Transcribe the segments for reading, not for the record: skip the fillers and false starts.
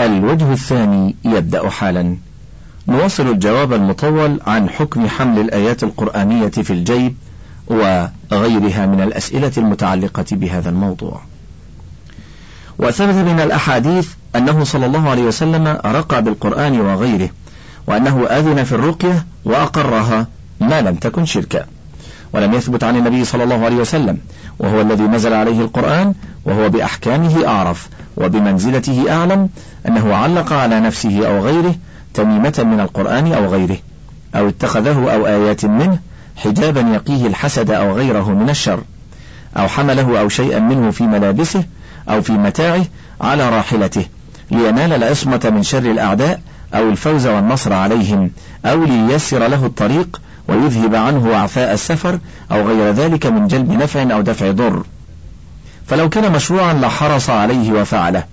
الوجه الثاني يبدأ حالا. نواصل الجواب المطول عن حكم حمل الآيات القرآنية في الجيب وغيرها من الأسئلة المتعلقة بهذا الموضوع. وثبت من الأحاديث أنه صلى الله عليه وسلم رقى بالقرآن وغيره، وأنه آذن في الرقية وأقرها ما لم تكن شركا. ولم يثبت عن النبي صلى الله عليه وسلم، وهو الذي نزل عليه القرآن وهو بأحكامه أعرف وبمنزلته أعلم، أنه علق على نفسه أو غيره تميمة من القرآن أو غيره، أو اتخذه أو آيات منه حجابا يقيه الحسد أو غيره من الشر، أو حمله أو شيئا منه في ملابسه أو في متاعه على راحلته لينال العصمة من شر الأعداء أو الفوز والنصر عليهم، أو لييسر له الطريق ويذهب عنه وعفاء السفر أو غير ذلك من جلب نفع أو دفع ضر. فلو كان مشروعا لحرص عليه وفعله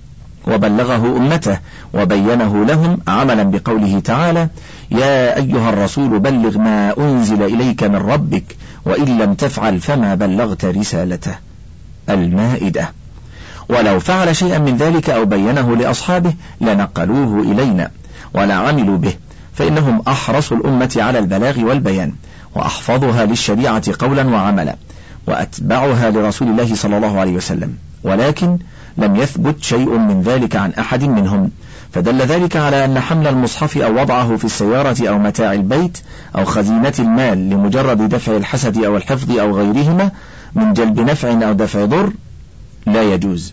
وبلغه أمته وبينه لهم عملا بقوله تعالى: يا أيها الرسول بلغ ما أنزل إليك من ربك وإن لم تفعل فما بلغت رسالته. المائدة. ولو فعل شيئا من ذلك أو بينه لأصحابه لنقلوه إلينا ولا عملوا به، فإنهم أحرص الأمة على البلاغ والبيان، وأحفظها للشريعة قولا وعملا، وأتبعها لرسول الله صلى الله عليه وسلم، ولكن لم يثبت شيء من ذلك عن أحد منهم، فدل ذلك على أن حمل المصحف أو وضعه في السيارة أو متاع البيت أو خزينة المال لمجرد دفع الحسد أو الحفظ أو غيرهما من جلب نفع أو دفع ضر لا يجوز.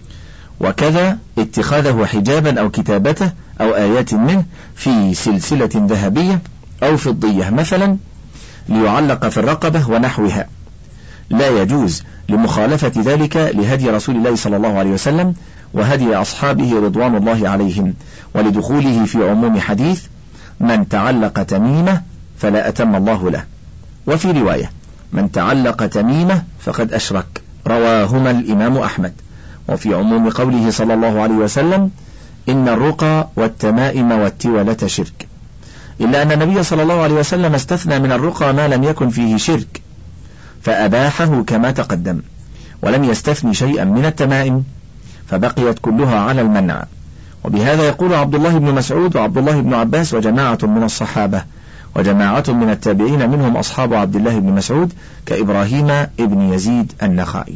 وكذا اتخاذه حجابا أو كتابته أو آيات منه في سلسلة ذهبية أو فضية مثلا ليعلق في الرقبة ونحوها لا يجوز، لمخالفة ذلك لهدي رسول الله صلى الله عليه وسلم وهدي أصحابه رضوان الله عليهم، ولدخوله في عموم حديث: من تعلق تميمة فلا أتم الله له. وفي رواية: من تعلق تميمة فقد أشرك، رواهما الإمام أحمد. وفي عموم قوله صلى الله عليه وسلم: إن الرقى والتمائم والتولة شرك، إلا أن النبي صلى الله عليه وسلم استثنى من الرقى ما لم يكن فيه شرك فأباحه كما تقدم، ولم يستثني شيئا من التمائم فبقيت كلها على المنع. وبهذا يقول عبد الله بن مسعود وعبد الله بن عباس وجماعة من الصحابة وجماعة من التابعين منهم أصحاب عبد الله بن مسعود كإبراهيم ابن يزيد النخعي.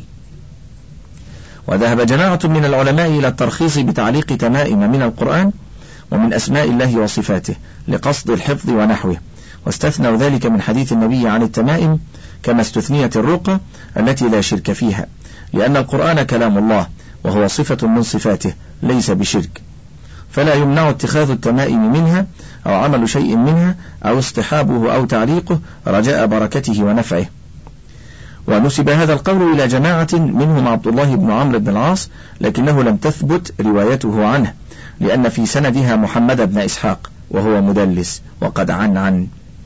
وذهب جماعة من العلماء إلى الترخيص بتعليق تمائم من القرآن ومن أسماء الله وصفاته لقصد الحفظ ونحوه، واستثنوا ذلك من حديث النبي عن التمائم كما استثنيت الرقى التي لا شرك فيها، لأن القرآن كلام الله وهو صفة من صفاته ليس بشرك، فلا يمنع اتخاذ التمائم منها أو عمل شيء منها أو اصطحابه أو تعليقه رجاء بركته ونفعه. ونسب هذا القول إلى جماعة منهم عبد الله بن عمرو بن العاص، لكنه لم تثبت روايته عنه، لأن في سندها محمد بن إسحاق وهو مدلس وقد عنعن،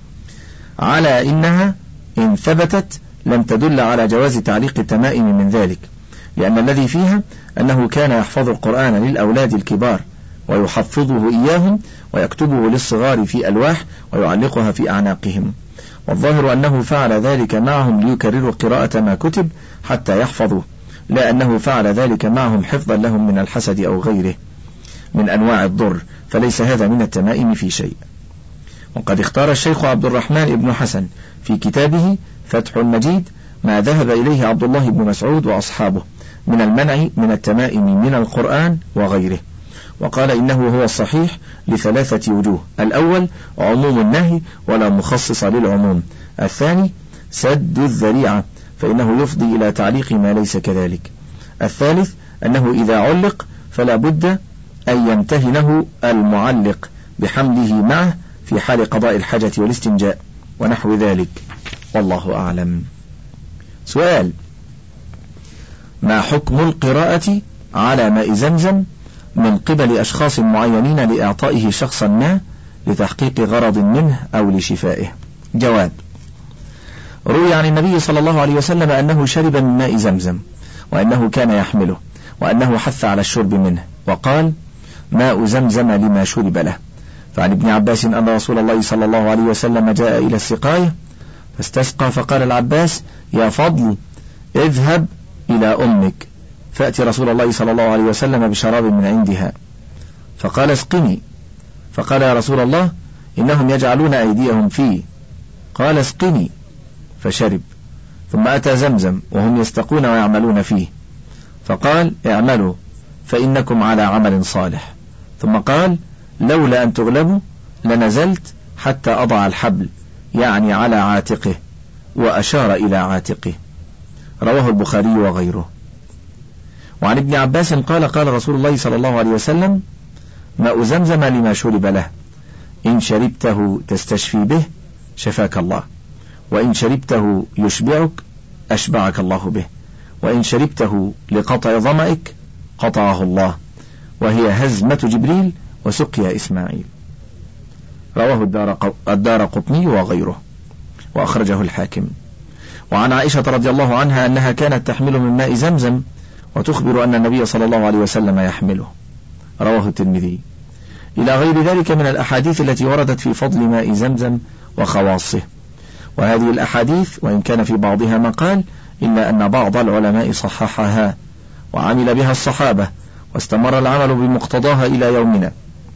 على إنها إن ثبتت لم تدل على جواز تعليق التمائم من ذلك، لأن الذي فيها أنه كان يحفظ القرآن للأولاد الكبار ويحفظه إياهم ويكتبه للصغار في ألواح ويعلقها في أعناقهم، والظاهر أنه فعل ذلك معهم ليكرروا قراءة ما كتب حتى يحفظوا، لا أنه فعل ذلك معهم حفظا لهم من الحسد أو غيره من أنواع الضر، فليس هذا من التمائم في شيء. وقد اختار الشيخ عبد الرحمن بن حسن في كتابه فتح المجيد ما ذهب إليه عبد الله بن مسعود وأصحابه من المنع من التمائم من القرآن وغيره، وقال إنه هو الصحيح لثلاثة وجوه: الأول عموم النهي ولا مخصص للعموم، الثاني سد الذريعة فإنه يفضي إلى تعليق ما ليس كذلك، الثالث أنه إذا علق فلا بد أن يمتهنه المعلق بحمله معه في حال قضاء الحاجة والاستنجاء ونحو ذلك، والله أعلم. سؤال: ما حكم القراءة على ماء زمزم من قبل أشخاص معينين لإعطائه شخصا ما لتحقيق غرض منه أو لشفائه؟ جواب: روي عن النبي صلى الله عليه وسلم أنه شرب من ماء زمزم، وأنه كان يحمله، وأنه حث على الشرب منه وقال: ماء زمزم لما شرب له. فعن ابن عباس أن رسول الله صلى الله عليه وسلم جاء إلى السقاية فاستسقى، فقال العباس: يا فضل اذهب إلى أمك فأتي رسول الله صلى الله عليه وسلم بشراب من عندها، فقال اسقني، فقال يا رسول الله إنهم يجعلون أيديهم فيه، قال اسقني فشرب. ثم أتى زمزم وهم يستقون ويعملون فيه، فقال اعملوا فإنكم على عمل صالح. ثم قال لولا أن تغلبوا لنزلت حتى أضع الحبل، يعني على عاتقه، وأشار إلى عاتقه. رواه البخاري وغيره. وعن ابن عباس قال قال رسول الله صلى الله عليه وسلم ماء زمزم لما شرب له، إن شربته تستشفي به شفاك الله، وإن شربته يشبعك أشبعك الله به، وإن شربته لقطع ظمئك قطعه الله، وهي هزمة جبريل وسقيا إسماعيل. رواه الدارقطني وغيره، وأخرجه الحاكم. وعن عائشة رضي الله عنها أنها كانت تحمل من ماء زمزم وتخبر أن النبي صلى الله عليه وسلم يحمله. رواه الترمذي. إلى غير ذلك من الأحاديث التي وردت في فضل ماء زمزم وخواصه. وهذه الأحاديث وإن كان في بعضها مقال، إلا أن بعض العلماء صححها وعمل بها الصحابة، واستمر العمل بمقتضاها إلى يومنا.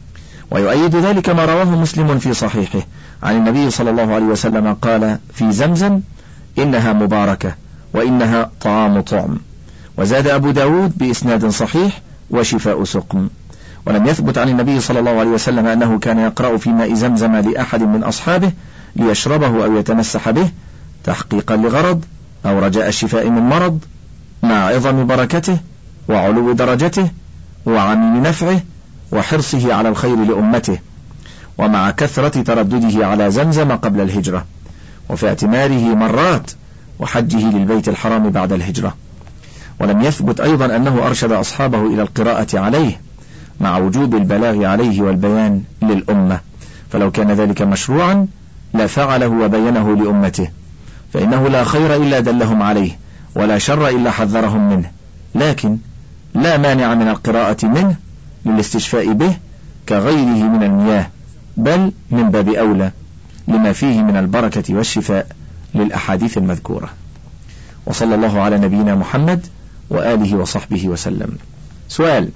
ويؤيد ذلك ما رواه مسلم في صحيحه عن النبي صلى الله عليه وسلم قال في زمزم إنها مباركة وإنها طعام طعم. وزاد أبو داود بإسناد صحيح وشفاء سقم. ولم يثبت عن النبي صلى الله عليه وسلم أنه كان يقرأ في ماء زمزم لأحد من أصحابه ليشربه أو يتمسح به تحقيقا لغرض أو رجاء الشفاء من مرض، مع عظم بركته وعلو درجته وعميم نفعه وحرصه على الخير لأمته، ومع كثرة تردده على زمزم قبل الهجرة، وفي اعتماره مرات، وحجه للبيت الحرام بعد الهجرة. ولم يثبت أيضا أنه أرشد أصحابه إلى القراءة عليه، مع وجوب البلاغ عليه والبيان للأمة، فلو كان ذلك مشروعا لفعله وبينه لأمته، فإنه لا خير إلا دلهم عليه، ولا شر إلا حذرهم منه، لكن لا مانع من القراءة منه للاستشفاء به كغيره من المياه، بل من باب أولى لما فيه من البركة والشفاء للأحاديث المذكورة. وصلى الله على نبينا محمد وآله وصحبه وسلم. سؤال: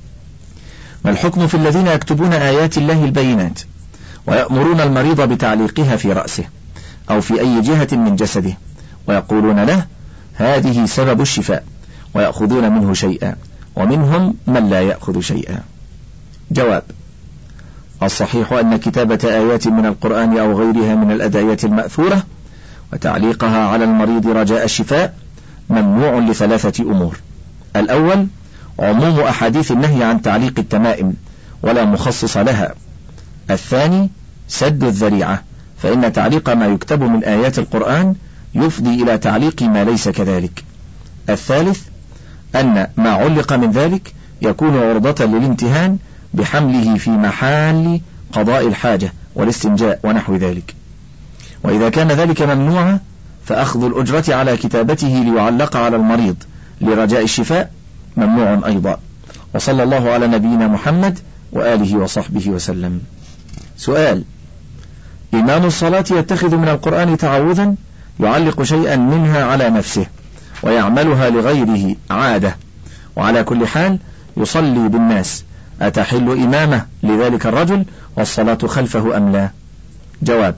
ما الحكم في الذين يكتبون آيات الله البينات ويأمرون المريض بتعليقها في رأسه أو في أي جهة من جسده، ويقولون له هذه سبب الشفاء، ويأخذون منه شيئا، ومنهم من لا يأخذ شيئا؟ جواب: الصحيح أن كتابة آيات من القرآن أو غيرها من الأدعية المأثورة وتعليقها على المريض رجاء الشفاء ممنوع لثلاثة أمور: الأول عموم أحاديث النهي عن تعليق التمائم ولا مخصص لها. الثاني سد الذريعة، فإن تعليق ما يكتب من آيات القرآن يفضي إلى تعليق ما ليس كذلك. الثالث أن ما علق من ذلك يكون عرضة للامتهان بحمله في محل قضاء الحاجة والاستنجاء ونحو ذلك. وإذا كان ذلك ممنوعا فأخذ الأجرة على كتابته ليعلق على المريض لرجاء الشفاء ممنوع أيضا. وصلى الله على نبينا محمد وآله وصحبه وسلم. سؤال: إمام الصلاة يتخذ من القرآن تعوذا يعلق شيئا منها على نفسه ويعملها لغيره عادة، وعلى كل حال يصلي بالناس، أتحل إمامة لذلك الرجل والصلاة خلفه أم لا؟ جواب: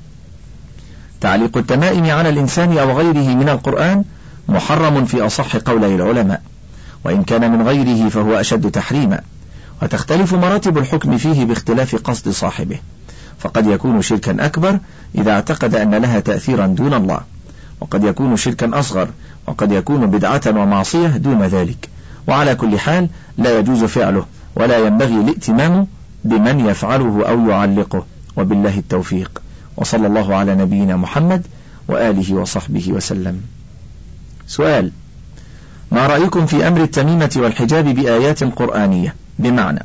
تعليق التمائم على الإنسان أو غيره من القرآن محرم في أصح قولي العلماء، وإن كان من غيره فهو أشد تحريما، وتختلف مراتب الحكم فيه باختلاف قصد صاحبه، فقد يكون شركا أكبر إذا اعتقد أن لها تأثيرا دون الله، وقد يكون شركا أصغر، وقد يكون بدعة ومعصية دون ذلك. وعلى كل حال لا يجوز فعله، ولا ينبغي الائتمام بمن يفعله أو يعلقه، وبالله التوفيق. وصلى الله على نبينا محمد وآله وصحبه وسلم. سؤال: ما رأيكم في أمر التميمة والحجاب بآيات قرآنية؟ بمعنى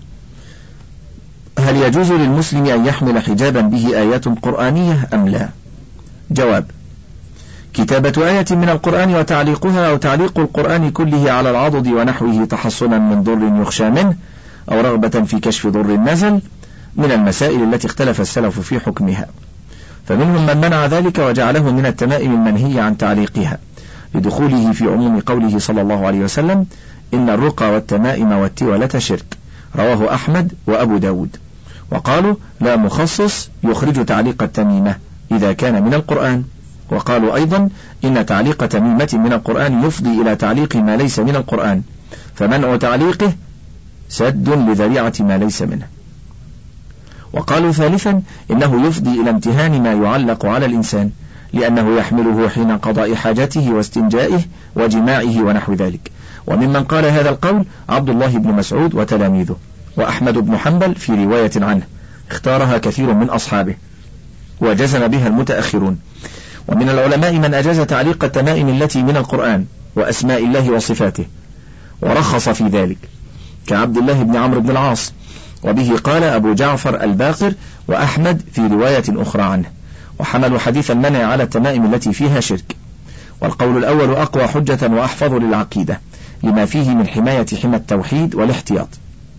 هل يجوز للمسلم أن يحمل حجابا به آيات قرآنية أم لا؟ جواب: كتابة آية من القرآن وتعليقها أو تعليق القرآن كله على العضد ونحوه تحصنا من ضر يخشى منه أو رغبة في كشف ضر نزل من المسائل التي اختلف السلف في حكمها، فمنهم من منع ذلك وجعله من التمائم المنهي عن تعليقها لدخوله في عموم قوله صلى الله عليه وسلم: إن الرقى والتمائم والتولة شرك. رواه أحمد وأبو داود. وقالوا لا مخصص يخرج تعليق التميمة إذا كان من القرآن. وقالوا أيضا إن تعليق تميمة من القرآن يفضي إلى تعليق ما ليس من القرآن، فمنع تعليقه سد لذريعة ما ليس منه. وقالوا ثالثا إنه يفضي إلى امتهان ما يعلق على الإنسان، لأنه يحمله حين قضاء حاجته واستنجائه وجماعه ونحو ذلك. وممن قال هذا القول عبد الله بن مسعود وتلاميذه، وأحمد بن حنبل في رواية عنه اختارها كثير من أصحابه، وجزم بها المتأخرون. ومن العلماء من أجاز تعليق التمائم التي من القرآن وأسماء الله وصفاته ورخص في ذلك، كعبد الله بن عمرو بن العاص، وبه قال أبو جعفر الباقر وأحمد في رواية أخرى عنه، وحملوا حديث المنع على التمائم التي فيها شرك. والقول الأول أقوى حجة وأحفظ للعقيدة لما فيه من حماية حمى التوحيد والاحتياط.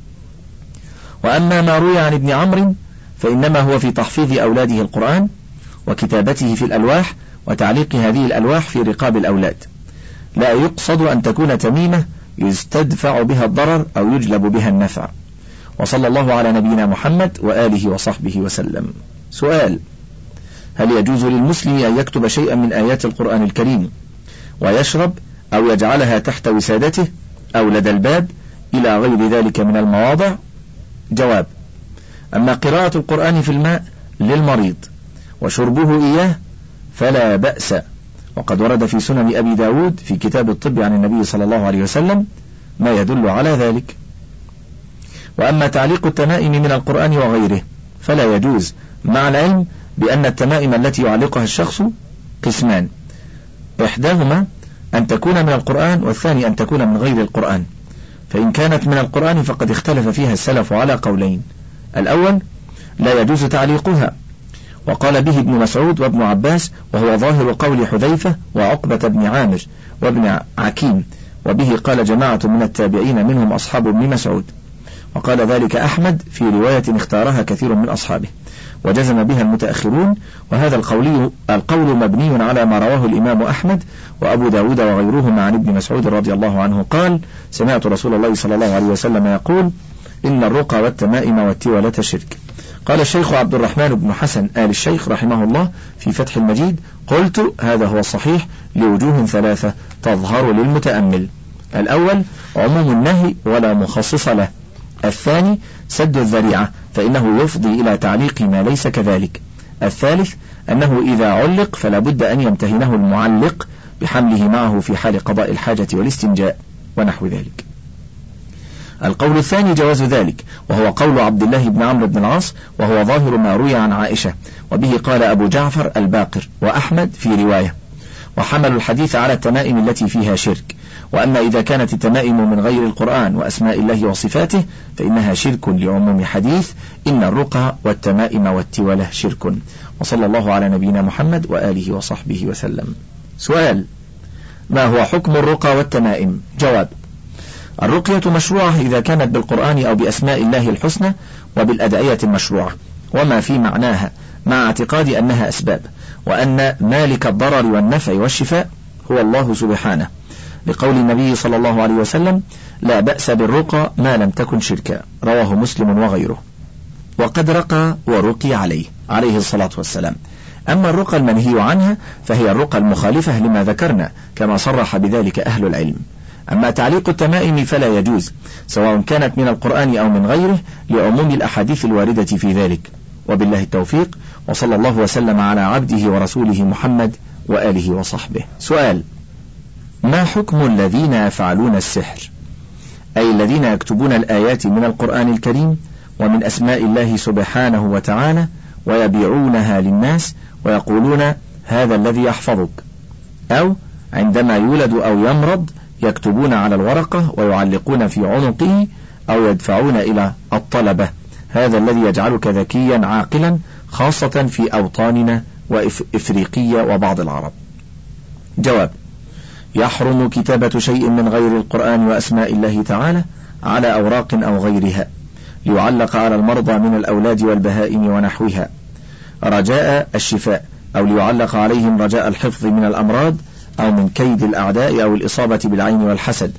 وأما ما روي عن ابن عمرو فإنما هو في تحفيظ أولاده القرآن وكتابته في الألواح وتعليق هذه الألواح في رقاب الأولاد، لا يقصد أن تكون تميمة يستدفع بها الضرر أو يجلب بها النفع. وصلى الله على نبينا محمد وآله وصحبه وسلم. سؤال: هل يجوز للمسلم أن يكتب شيئا من آيات القرآن الكريم ويشرب أو يجعلها تحت وسادته أو لدى الباب إلى غير ذلك من المواضع؟ جواب: أما قراءة القرآن في الماء للمريض وشربه إياه فلا بأس، وقد ورد في سنن أبي داود في كتاب الطب عن النبي صلى الله عليه وسلم ما يدل على ذلك. وأما تعليق التمائم من القرآن وغيره فلا يجوز، مع العلم بأن التمائم التي يعلقها الشخص قسمان، إحداهما أن تكون من القرآن والثاني أن تكون من غير القرآن. فإن كانت من القرآن فقد اختلف فيها السلف على قولين: الأول لا يجوز تعليقها، وقال به ابن مسعود وابن عباس، وهو ظاهر قول حذيفة وعقبة بن عامر وابن عكيم، وبه قال جماعة من التابعين منهم أصحاب ابن مسعود، وقال ذلك أحمد في رواية اختارها كثير من أصحابه، وجزم بها المتأخرون. وهذا القول مبني على ما رواه الإمام أحمد وأبو داود وغيرهما عن ابن مسعود رضي الله عنه قال: سمعت رسول الله صلى الله عليه وسلم يقول: إن الرقى والتمائم والتولة شرك. قال الشيخ عبد الرحمن بن حسن آل الشيخ رحمه الله في فتح المجيد: قلت هذا هو الصحيح لوجوه ثلاثة تظهر للمتأمل: الأول عموم النهي ولا مخصص له، الثاني سد الذريعة فإنه يفضي إلى تعليق ما ليس كذلك، الثالث أنه إذا علق فلا بد أن يمتهنه المعلق بحمله معه في حال قضاء الحاجة والاستنجاء ونحو ذلك. القول الثاني جواز ذلك، وهو قول عبد الله بن عمرو بن العاص، وهو ظاهر ما روي عن عائشة، وبه قال أبو جعفر الباقر وأحمد في رواية، وحملوا الحديث على التمائم التي فيها شرك. وأما إذا كانت التمائم من غير القرآن وأسماء الله وصفاته فإنها شرك لعموم حديث إن الرقى والتمائم والتولة شرك. وصلى الله على نبينا محمد وآله وصحبه وسلم. سؤال: ما هو حكم الرقى والتمائم؟ جواب: الرقية مشروعة إذا كانت بالقرآن أو بأسماء الله الحسنى وبالأدعية المشروعة وما في معناها، مع اعتقاد أنها أسباب، وأن مالك الضرر والنفع والشفاء هو الله سبحانه، لقول النبي صلى الله عليه وسلم: لا بأس بالرقى ما لم تكن شركا، رواه مسلم وغيره. وقد رقى ورقي عليه الصلاة والسلام. أما الرقى المنهي عنها فهي الرقى المخالفة لما ذكرنا كما صرح بذلك أهل العلم. أما تعليق التمائم فلا يجوز، سواء كانت من القرآن أو من غيره، لعموم الأحاديث الواردة في ذلك. وبالله التوفيق، وصلى الله وسلم على عبده ورسوله محمد وآله وصحبه. سؤال: ما حكم الذين يفعلون السحر؟ أي الذين يكتبون الآيات من القرآن الكريم ومن أسماء الله سبحانه وتعالى ويبيعونها للناس ويقولون هذا الذي يحفظك، أو عندما يولد أو يمرض يكتبون على الورقة ويعلقون في عنقه أو يدفعون إلى الطلبة، هذا الذي يجعلك ذكيا عاقلا، خاصة في أوطاننا وإفريقيا وبعض العرب. جواب: يحرم كتابة شيء من غير القرآن وأسماء الله تعالى على أوراق أو غيرها ليعلق على المرضى من الأولاد والبهائم ونحوها رجاء الشفاء، أو ليعلق عليهم رجاء الحفظ من الأمراض أو من كيد الأعداء أو الإصابة بالعين والحسد،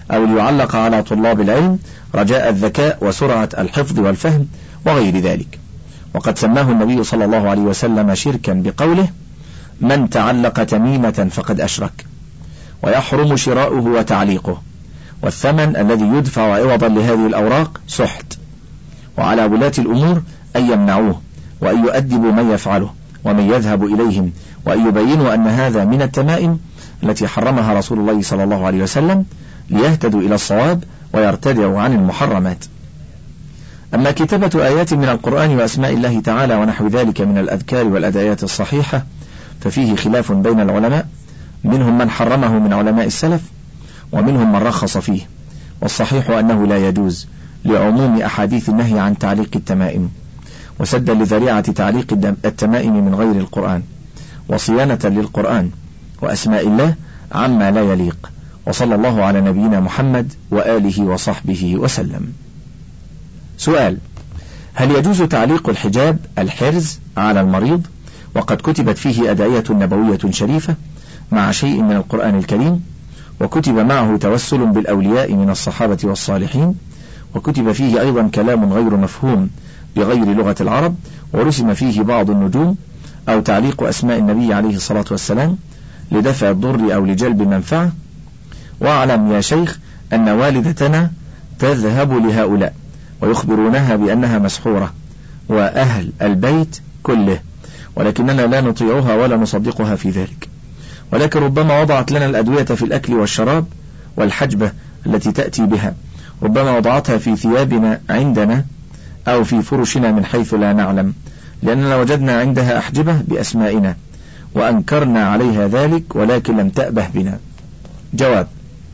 أو ليعلق على طلاب العلم رجاء الذكاء وسرعة الحفظ والفهم وغير ذلك. وقد سماه النبي صلى الله عليه وسلم شركا بقوله: من تعلق تميمة فقد أشرك. ويحرم شراؤه وتعليقه، والثمن الذي يدفع عوضا لهذه الأوراق سحت. وعلى ولاة الأمور أن يمنعوه، وأن يؤدبوا من يفعله ومن يذهب إليهم، وأن يبينوا أن هذا من التمائم التي حرمها رسول الله صلى الله عليه وسلم ليهتدوا إلى الصواب ويرتدعوا عن المحرمات. أما كتابة آيات من القرآن وأسماء الله تعالى ونحو ذلك من الأذكار والأدعيات الصحيحة ففيه خلاف بين العلماء، منهم من حرمه من علماء السلف ومنهم من رخص فيه، والصحيح أنه لا يجوز لعموم أحاديث النهي عن تعليق التمائم، وسدا لذريعة تعليق التمائم من غير القرآن، وصيانة للقرآن وأسماء الله عما لا يليق. وصلى الله على نبينا محمد وآله وصحبه وسلم. سؤال: هل يجوز تعليق الحجاب الحرز على المريض وقد كتبت فيه أدعية نبوية شريفة مع شيء من القرآن الكريم، وكتب معه توسل بالأولياء من الصحابة والصالحين، وكتب فيه أيضا كلام غير مفهوم بغير لغة العرب، ورسم فيه بعض النجوم، أو تعليق أسماء النبي عليه الصلاة والسلام لدفع الضر أو لجلب منفعة؟ واعلم يا شيخ أن والدتنا تذهب لهؤلاء ويخبرونها بأنها مسحورة وأهل البيت كله، ولكننا لا نطيعها ولا نصدقها في ذلك، ولكن ربما وضعت لنا الأدوية في الأكل والشراب والحجبة التي تأتي بها، ربما وضعتها في ثيابنا عندنا أو في فرشنا من حيث لا نعلم، لأننا وجدنا عندها أحجبة بأسمائنا وأنكرنا عليها ذلك ولكن لم تأبه بنا. جواب: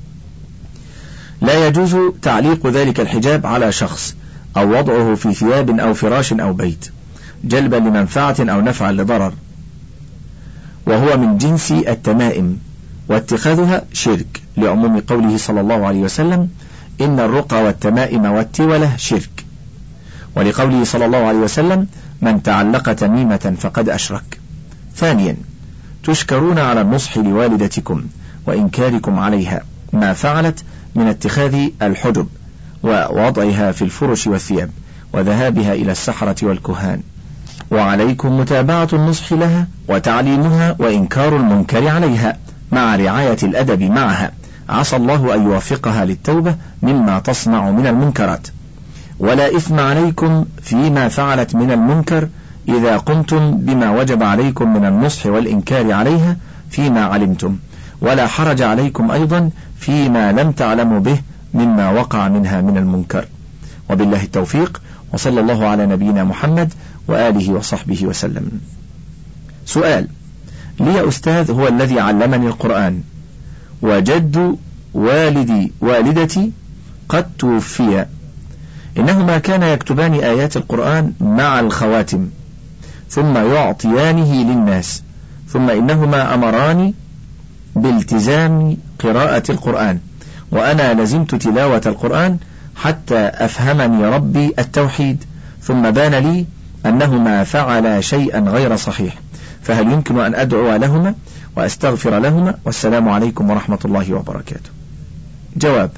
لا يجوز تعليق ذلك الحجاب على شخص أو وضعه في ثياب أو فراش أو بيت جلبا لمنفعة أو نفعا لضرر، وهو من جنس التمائم، واتخاذها شرك، لعموم قوله صلى الله عليه وسلم: إن الرقى والتمائم والتولة شرك، ولقوله صلى الله عليه وسلم: من تعلق تميمة فقد أشرك. ثانيا: تشكرون على النصح لوالدتكم وإنكاركم عليها ما فعلت من اتخاذ الحجب ووضعها في الفرش والثياب وذهابها إلى السحرة والكهان، وعليكم متابعة النصح لها وتعليمها وإنكار المنكر عليها مع رعاية الأدب معها، عسى الله أن يوفقها للتوبة مما تصنع من المنكرات. ولا إثم عليكم فيما فعلت من المنكر إذا قمتم بما وجب عليكم من النصح والإنكار عليها فيما علمتم، ولا حرج عليكم أيضا فيما لم تعلموا به مما وقع منها من المنكر. وبالله التوفيق، وصلى الله على نبينا محمد وآله وصحبه وسلم. سؤال: لي أستاذ هو الذي علمني القرآن، وجد والدتي قد توفي، إنهما كان يكتبان آيات القرآن مع الخواتم ثم يعطيانه للناس، ثم إنهما أمراني بالتزام قراءة القرآن، وأنا لزمت تلاوة القرآن حتى أفهمني ربي التوحيد، ثم بان لي أنهما فعلا شيئا غير صحيح، فهل يمكن أن أدعو لهما وأستغفر لهما؟ والسلام عليكم ورحمة الله وبركاته. جواب: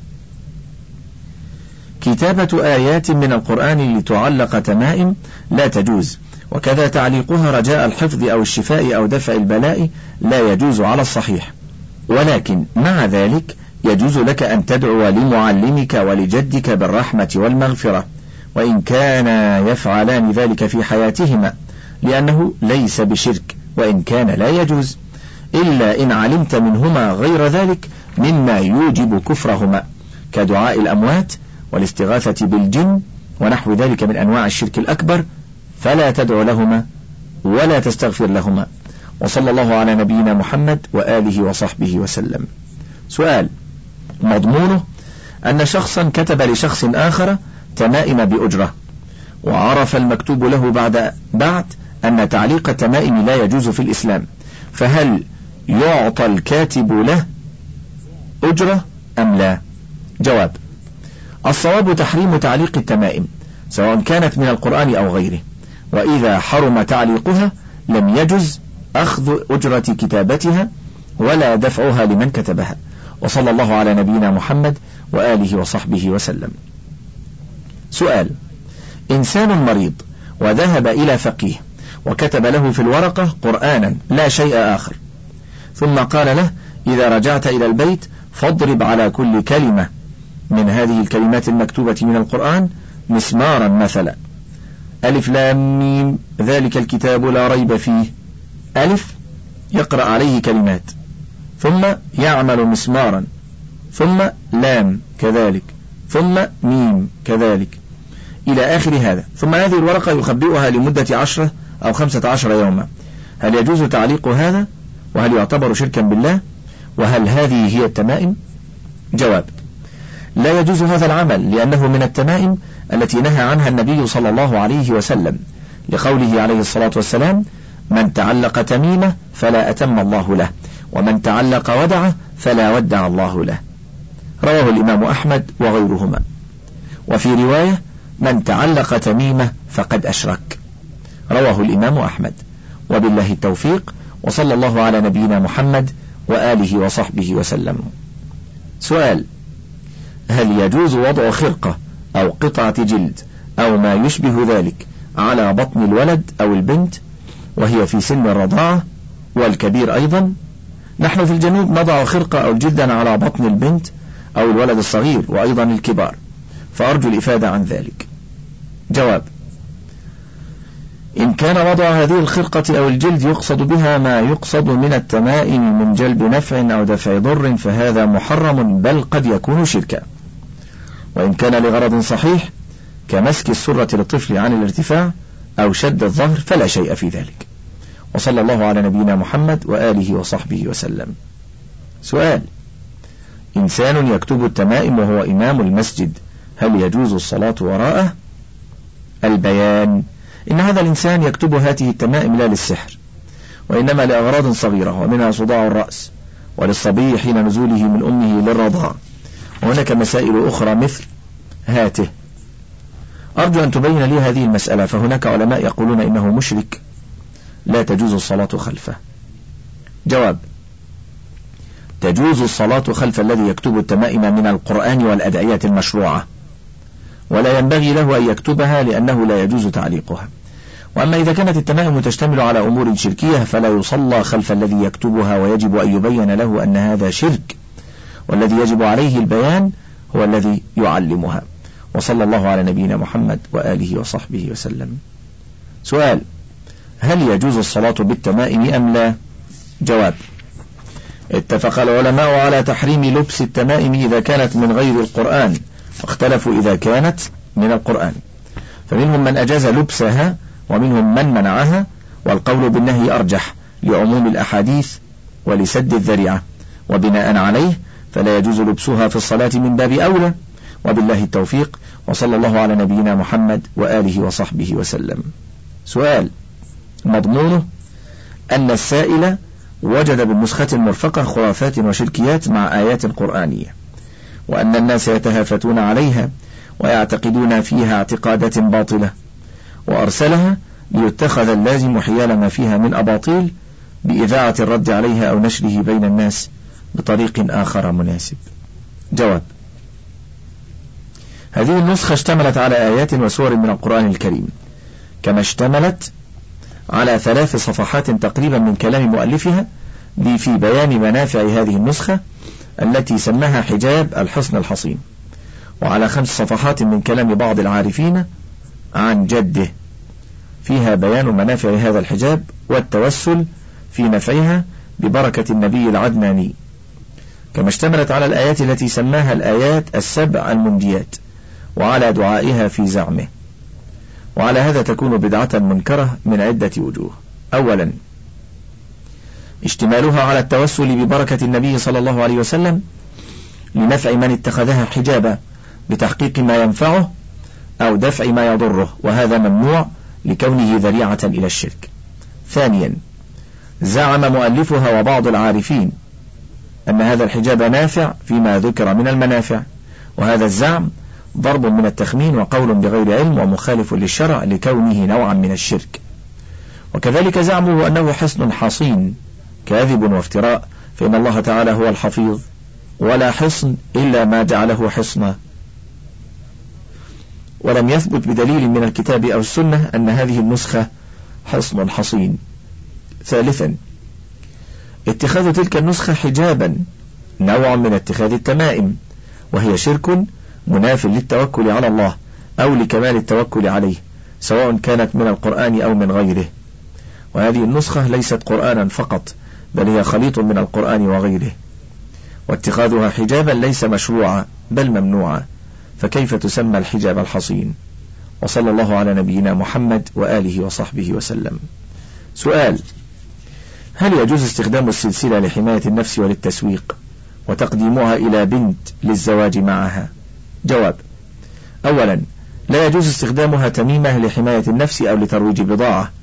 كتابة آيات من القرآن لتعلق تمائم لا تجوز، وكذا تعليقها رجاء الحفظ أو الشفاء أو دفع البلاء لا يجوز على الصحيح، ولكن مع ذلك يجوز لك أن تدعو لمعلمك ولجدك بالرحمة والمغفرة، وإن كانا يفعلان ذلك في حياتهما، لأنه ليس بشرك وإن كان لا يجوز، إلا إن علمت منهما غير ذلك مما يوجب كفرهما، كدعاء الأموات والاستغاثة بالجن ونحو ذلك من أنواع الشرك الأكبر، فلا تدعو لهما ولا تستغفر لهما. وصلى الله على نبينا محمد وآله وصحبه وسلم. سؤال: مضمونه أن شخصا كتب لشخص آخر تمائم بأجرة، وعرف المكتوب له بعد أن تعليق التمائم لا يجوز في الإسلام، فهل يعطى الكاتب له أجرة أم لا؟ جواب: الصواب تحريم تعليق التمائم سواء كانت من القرآن أو غيره، وإذا حرم تعليقها لم يجز أخذ أجرة كتابتها ولا دفعها لمن كتبها، وصلى الله على نبينا محمد وآله وصحبه وسلم. سؤال: إنسان مريض وذهب إلى فقيه وكتب له في الورقة قرآنا لا شيء آخر، ثم قال له: إذا رجعت إلى البيت فاضرب على كل كلمة من هذه الكلمات المكتوبة من القرآن مسمارا مثلا، ألف لام ميم ذلك الكتاب لا ريب فيه. ألف يقرأ عليه كلمات، ثم يعمل مسمارا، ثم لام كذلك، ثم ميم كذلك إلى آخر هذا، ثم هذه الورقة يخبئها لمدة 10 أو 15 يوما. هل يجوز تعليق هذا؟ وهل يعتبر شركا بالله؟ وهل هذه هي التمائم؟ جواب: لا يجوز هذا العمل، لأنه من التمائم التي نهى عنها النبي صلى الله عليه وسلم، لقوله عليه الصلاة والسلام: من تعلق تميمة فلا أتم الله له، ومن تعلق ودعة فلا ودع الله له. رواه الإمام أحمد وغيرهما. وفي رواية: من تعلق تميمة فقد أشرك. رواه الإمام أحمد. وبالله التوفيق، وصلى الله على نبينا محمد وآله وصحبه وسلم. سؤال: هل يجوز وضع خرقة أو قطعة جلد أو ما يشبه ذلك على بطن الولد أو البنت وهي في سن الرضاعة والكبير أيضا؟ نحن في الجنوب نضع خرقة أو جلدا على بطن البنت أو الولد الصغير وأيضا الكبار، فأرجو الإفادة عن ذلك. جواب: إن كان وضع هذه الخرقة أو الجلد يقصد بها ما يقصد من التمائم من جلب نفع أو دفع ضر فهذا محرم، بل قد يكون شركا. وإن كان لغرض صحيح كمسك السرة للطفل عن الارتفاع أو شد الظهر فلا شيء في ذلك. وصلى الله على نبينا محمد وآله وصحبه وسلم. سؤال: إنسان يكتب التمائم وهو إمام المسجد، هل يجوز الصلاة وراءه؟ البيان: إن هذا الإنسان يكتب هذه التمائم لا للسحر، وإنما لأغراض صغيرة، ومنها صداع الرأس، وللصبي حين نزوله من أمه للرضاع، وهناك مسائل أخرى مثل هاته. أرجو أن تبين لي هذه المسألة، فهناك علماء يقولون إنه مشرك لا تجوز الصلاة خلفه. جواب: تجوز الصلاة خلف الذي يكتب التمائم من القرآن والأدعية المشروعة، ولا ينبغي له أن يكتبها لأنه لا يجوز تعليقها. وأما إذا كانت التمائم تشتمل على أمور شركية فلا يصلى خلف الذي يكتبها، ويجب أن يبين له أن هذا شرك، والذي يجب عليه البيان هو الذي يعلمها. وصلى الله على نبينا محمد وآله وصحبه وسلم. سؤال: هل يجوز الصلاة بالتمائم أم لا؟ جواب: اتفق العلماء على تحريم لبس التمائم إذا كانت من غير القرآن، واختلفوا إذا كانت من القرآن، فمنهم من أجاز لبسها ومنهم من منعها، والقول بالنهي أرجح لعموم الأحاديث ولسد الذريعة، وبناء عليه فلا يجوز لبسها في الصلاة من باب أولى. وبالله التوفيق، وصلى الله على نبينا محمد وآله وصحبه وسلم. سؤال: مضمونه أن السائل وجد بالنسخة المرفقة خرافات وشركيات مع آيات قرآنية، وأن الناس يتهافتون عليها ويعتقدون فيها اعتقادات باطلة، وأرسلها ليتخذ اللازم حيال ما فيها من أباطيل بإذاعة الرد عليها أو نشره بين الناس بطريق آخر مناسب. جواب: هذه النسخة اشتملت على آيات وسور من القرآن الكريم، كما اشتملت على 3 صفحات تقريبا من كلام مؤلفها في بيان منافع هذه النسخة التي سماها حجاب الحصن الحصين، وعلى 5 صفحات من كلام بعض العارفين عن جده فيها بيان منافع هذا الحجاب والتوسل في نفعها ببركة النبي العدناني، كما اشتملت على الآيات التي سماها الآيات 7 المنجيات، وعلى دعائها في زعمه. وعلى هذا تكون بدعة منكرة من عدة وجوه. أولا: اشتمالها على التوسل ببركة النبي صلى الله عليه وسلم لنفع من اتخذها حجابا بتحقيق ما ينفعه أو دفع ما يضره، وهذا ممنوع لكونه ذريعة إلى الشرك. ثانيا: زعم مؤلفها وبعض العارفين أن هذا الحجاب نافع فيما ذكر من المنافع، وهذا الزعم ضرب من التخمين وقول بغير علم ومخالف للشرع لكونه نوعا من الشرك. وكذلك زعمه أنه حصن حصين كاذب وافتراء، فإن الله تعالى هو الحفيظ ولا حصن إلا ما جعله حصنا، ولم يثبت بدليل من الكتاب أو السنة أن هذه النسخة حصن حصين. ثالثا، اتخاذ تلك النسخة حجابا نوع من اتخاذ التمائم، وهي شرك مناف للتوكل على الله أو لكمال التوكل عليه، سواء كانت من القرآن أو من غيره. وهذه النسخة ليست قرآنا فقط، بل هي خليط من القرآن وغيره، واتخاذها حجابا ليس مشروعا بل ممنوعا، فكيف تسمى الحجاب الحصين؟ وصلى الله على نبينا محمد وآله وصحبه وسلم. سؤال: هل يجوز استخدام السلسلة لحماية النفس وللتسويق وتقديمها إلى بنت للزواج معها؟ جواب: أولا، لا يجوز استخدامها تميمة لحماية النفس أو لترويج بضاعة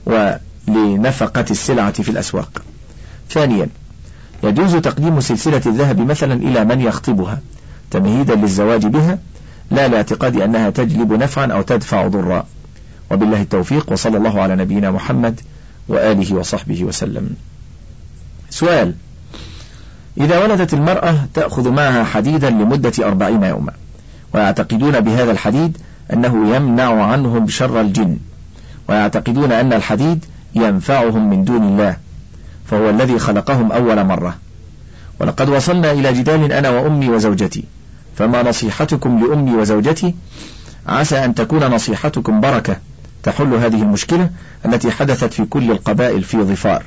ولنفقة السلعة في الأسواق. ثانيا، يجوز تقديم سلسلة الذهب مثلا إلى من يخطبها تمهيدا للزواج بها، لا لاعتقاد أنها تجلب نفعا أو تدفع ضرا. وبالله التوفيق، وصلى الله على نبينا محمد وآله وصحبه وسلم. سؤال: إذا ولدت المرأة تأخذ معها حديدا لمدة 40 يوما، ويعتقدون بهذا الحديد أنه يمنع عنهم شر الجن، ويعتقدون أن الحديد ينفعهم من دون الله، فهو الذي خلقهم أول مرة. ولقد وصلنا إلى جدال أنا وأمي وزوجتي، فما نصيحتكم لأمي وزوجتي؟ عسى أن تكون نصيحتكم بركة تحل هذه المشكلة التي حدثت في كل القبائل في ظفار.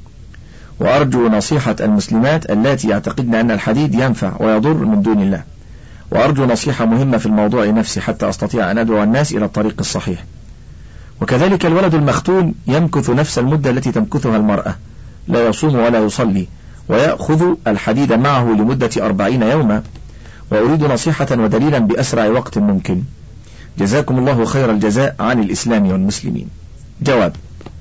وأرجو نصيحة المسلمات اللاتي يعتقدن أن الحديد ينفع ويضر من دون الله، وأرجو نصيحة مهمة في الموضوع نفسه حتى أستطيع أن أدعو الناس إلى الطريق الصحيح. وكذلك الولد المختون يمكث نفس المدة التي تمكثها المرأة، لا يصوم ولا يصلي، ويأخذ الحديد معه لمدة 40 يوما، وأريد نصيحة ودليلا بأسرع وقت ممكن. جزاكم الله خير الجزاء عن الإسلام والمسلمين. جواب: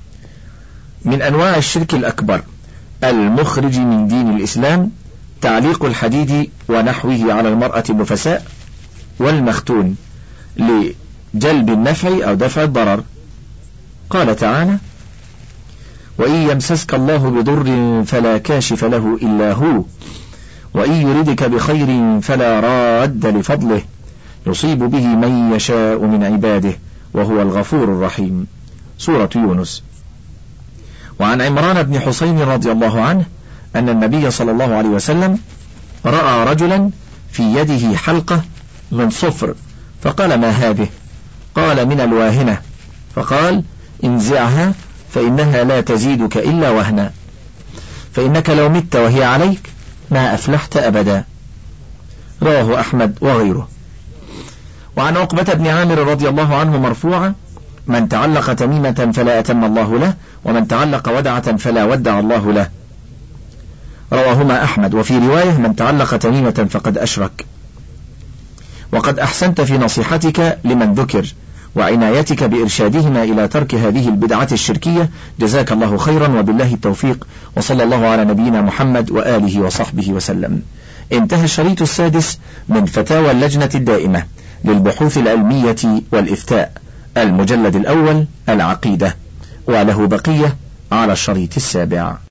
من أنواع الشرك الأكبر المخرج من دين الإسلام تعليق الحديد ونحوه على المرأة النفساء والمختون لجلب النفع أو دفع الضرر. قال تعالى: وإن يمسسك الله بضر فلا كاشف له إلا هو، وإن يردك بخير فلا راد لفضله، يصيب به من يشاء من عباده وهو الغفور الرحيم. سورة يونس. وعن عمران بن حسين رضي الله عنه أن النبي صلى الله عليه وسلم رأى رجلا في يده حلقة من صفر، فقال: ما هذه؟ قال: من الواهنة. فقال: انزعها فإنها لا تزيدك إلا وهنا، فإنك لو مت وهي عليك ما أفلحت أبدا. رواه أحمد وغيره. وعن عقبة بن عامر رضي الله عنه مرفوعا: من تعلق تميمة فلا أتم الله له، ومن تعلق ودعة فلا ودع الله له. رواهما أحمد. وفي رواية: من تعلق تميمة فقد أشرك. وقد أحسنت في نصيحتك لمن ذكر وعنايتك بإرشادهما إلى ترك هذه البدعة الشركية، جزاك الله خيرا، وبالله التوفيق، وصلى الله على نبينا محمد وآله وصحبه وسلم. انتهى الشريط السادس من فتاوى اللجنة الدائمة للبحوث العلمية والإفتاء، المجلد الأول العقيدة، وله بقية على الشريط السابع.